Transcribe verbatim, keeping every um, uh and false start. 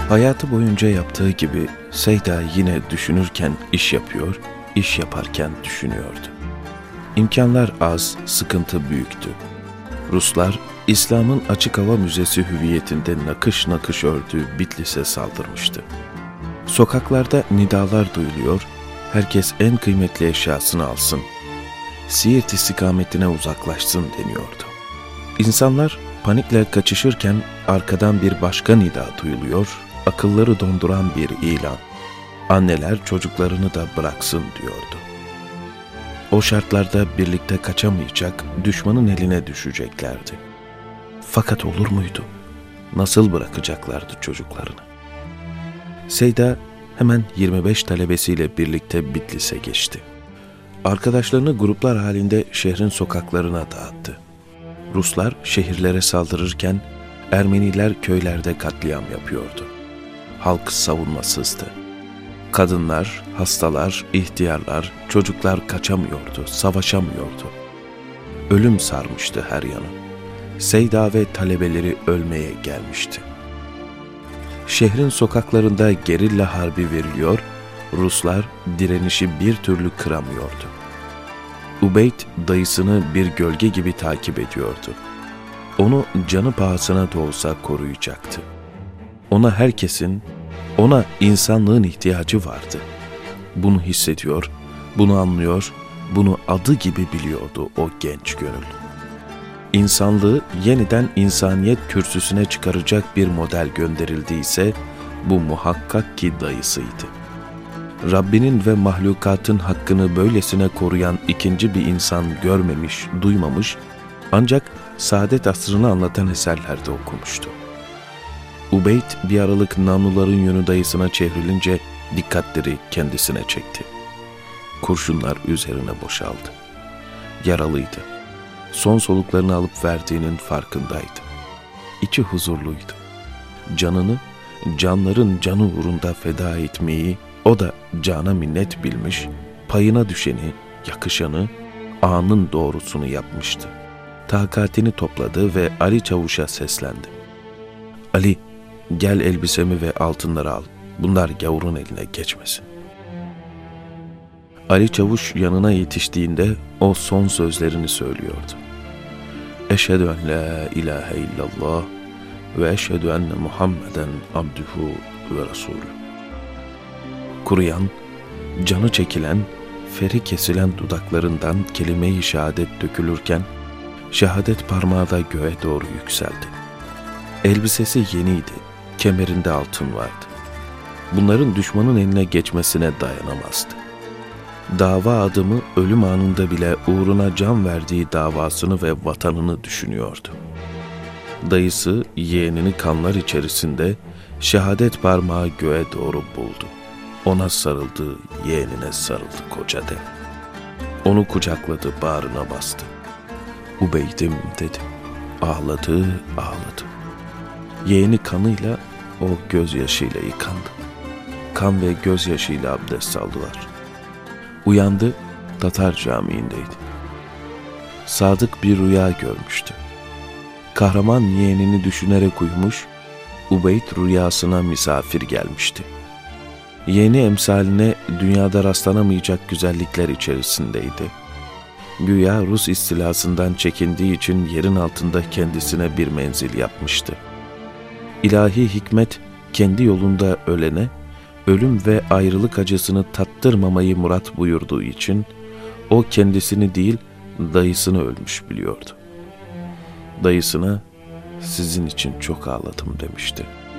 Hayatı boyunca yaptığı gibi Seyda yine düşünürken iş yapıyor, iş yaparken düşünüyordu. İmkanlar az, sıkıntı büyüktü. Ruslar, İslam'ın açık hava müzesi hüviyetinde nakış nakış ördüğü Bitlis'e saldırmıştı. Sokaklarda nidalar duyuluyor, herkes en kıymetli eşyasını alsın, Siirt istikametine uzaklaşsın deniyordu. İnsanlar panikle kaçışırken arkadan bir başka nida duyuluyor, akılları donduran bir ilan. Anneler çocuklarını da bıraksın diyordu. O şartlarda birlikte kaçamayacak, düşmanın eline düşeceklerdi. Fakat olur muydu? Nasıl bırakacaklardı çocuklarını? Seyda hemen yirmi beş talebesiyle birlikte Bitlis'e geçti. Arkadaşlarını gruplar halinde şehrin sokaklarına dağıttı. Ruslar şehirlere saldırırken Ermeniler köylerde katliam yapıyordu. Halk savunmasızdı. Kadınlar, hastalar, ihtiyarlar, çocuklar kaçamıyordu, savaşamıyordu. Ölüm sarmıştı her yanı. Seyda ve talebeleri ölmeye gelmişti. Şehrin sokaklarında gerilla harbi veriliyor, Ruslar direnişi bir türlü kıramıyordu. Ubeyd dayısını bir gölge gibi takip ediyordu. Onu canı pahasına da olsa koruyacaktı. Ona herkesin, ona insanlığın ihtiyacı vardı. Bunu hissediyor, bunu anlıyor, bunu adı gibi biliyordu o genç gönül. İnsanlığı yeniden insaniyet kürsüsüne çıkaracak bir model gönderildiyse, bu muhakkak ki dayısıydı. Rabbinin ve mahlukatın hakkını böylesine koruyan ikinci bir insan görmemiş, duymamış, ancak saadet asrını anlatan eserlerde okumuştu. Ubeyd bir aralık namluların yönü dayısına çevrilince dikkatleri kendisine çekti. Kurşunlar üzerine boşaldı. Yaralıydı. Son soluklarını alıp verdiğinin farkındaydı. İçi huzurluydu. Canını, canların canı uğrunda feda etmeyi o da cana minnet bilmiş, payına düşeni, yakışanı, anın doğrusunu yapmıştı. Takatini topladı ve Ali Çavuş'a seslendi. Ali, gel elbisemi ve altınları al. Bunlar gavurun eline geçmesin. Ali Çavuş yanına yetiştiğinde o son sözlerini söylüyordu. Eşhedü en la ilahe illallah ve eşhedü enne Muhammeden abduhu ve resulü. Kuruyan, canı çekilen, feri kesilen dudaklarından kelime-i şehadet dökülürken, şehadet parmağı da göğe doğru yükseldi. Elbisesi yeniydi, kemerinde altın vardı. Bunların düşmanın eline geçmesine dayanamazdı. Dava adımı ölüm anında bile uğruna can verdiği davasını ve vatanını düşünüyordu. Dayısı yeğenini kanlar içerisinde şehadet parmağı göğe doğru buldu. Ona sarıldı, yeğenine sarıldı koca dev. Onu kucakladı, bağrına bastı. Ubeydim dedi. Ağladı, ağladı. Yeğeni kanıyla, o gözyaşıyla yıkandı. Kan ve gözyaşıyla abdest aldılar. Uyandı, Tatar Camii'ndeydi. Sadık bir rüya görmüştü. Kahraman yeğenini düşünerek uyumuş, Ubeyd rüyasına misafir gelmişti. Yeğeni emsaline dünyada rastlanamayacak güzellikler içerisindeydi. Güya Rus istilasından çekindiği için yerin altında kendisine bir menzil yapmıştı. İlahi hikmet kendi yolunda ölene, ölüm ve ayrılık acısını tattırmamayı murat buyurduğu için o kendisini değil dayısını ölmüş biliyordu. Dayısına sizin için çok ağladım demişti.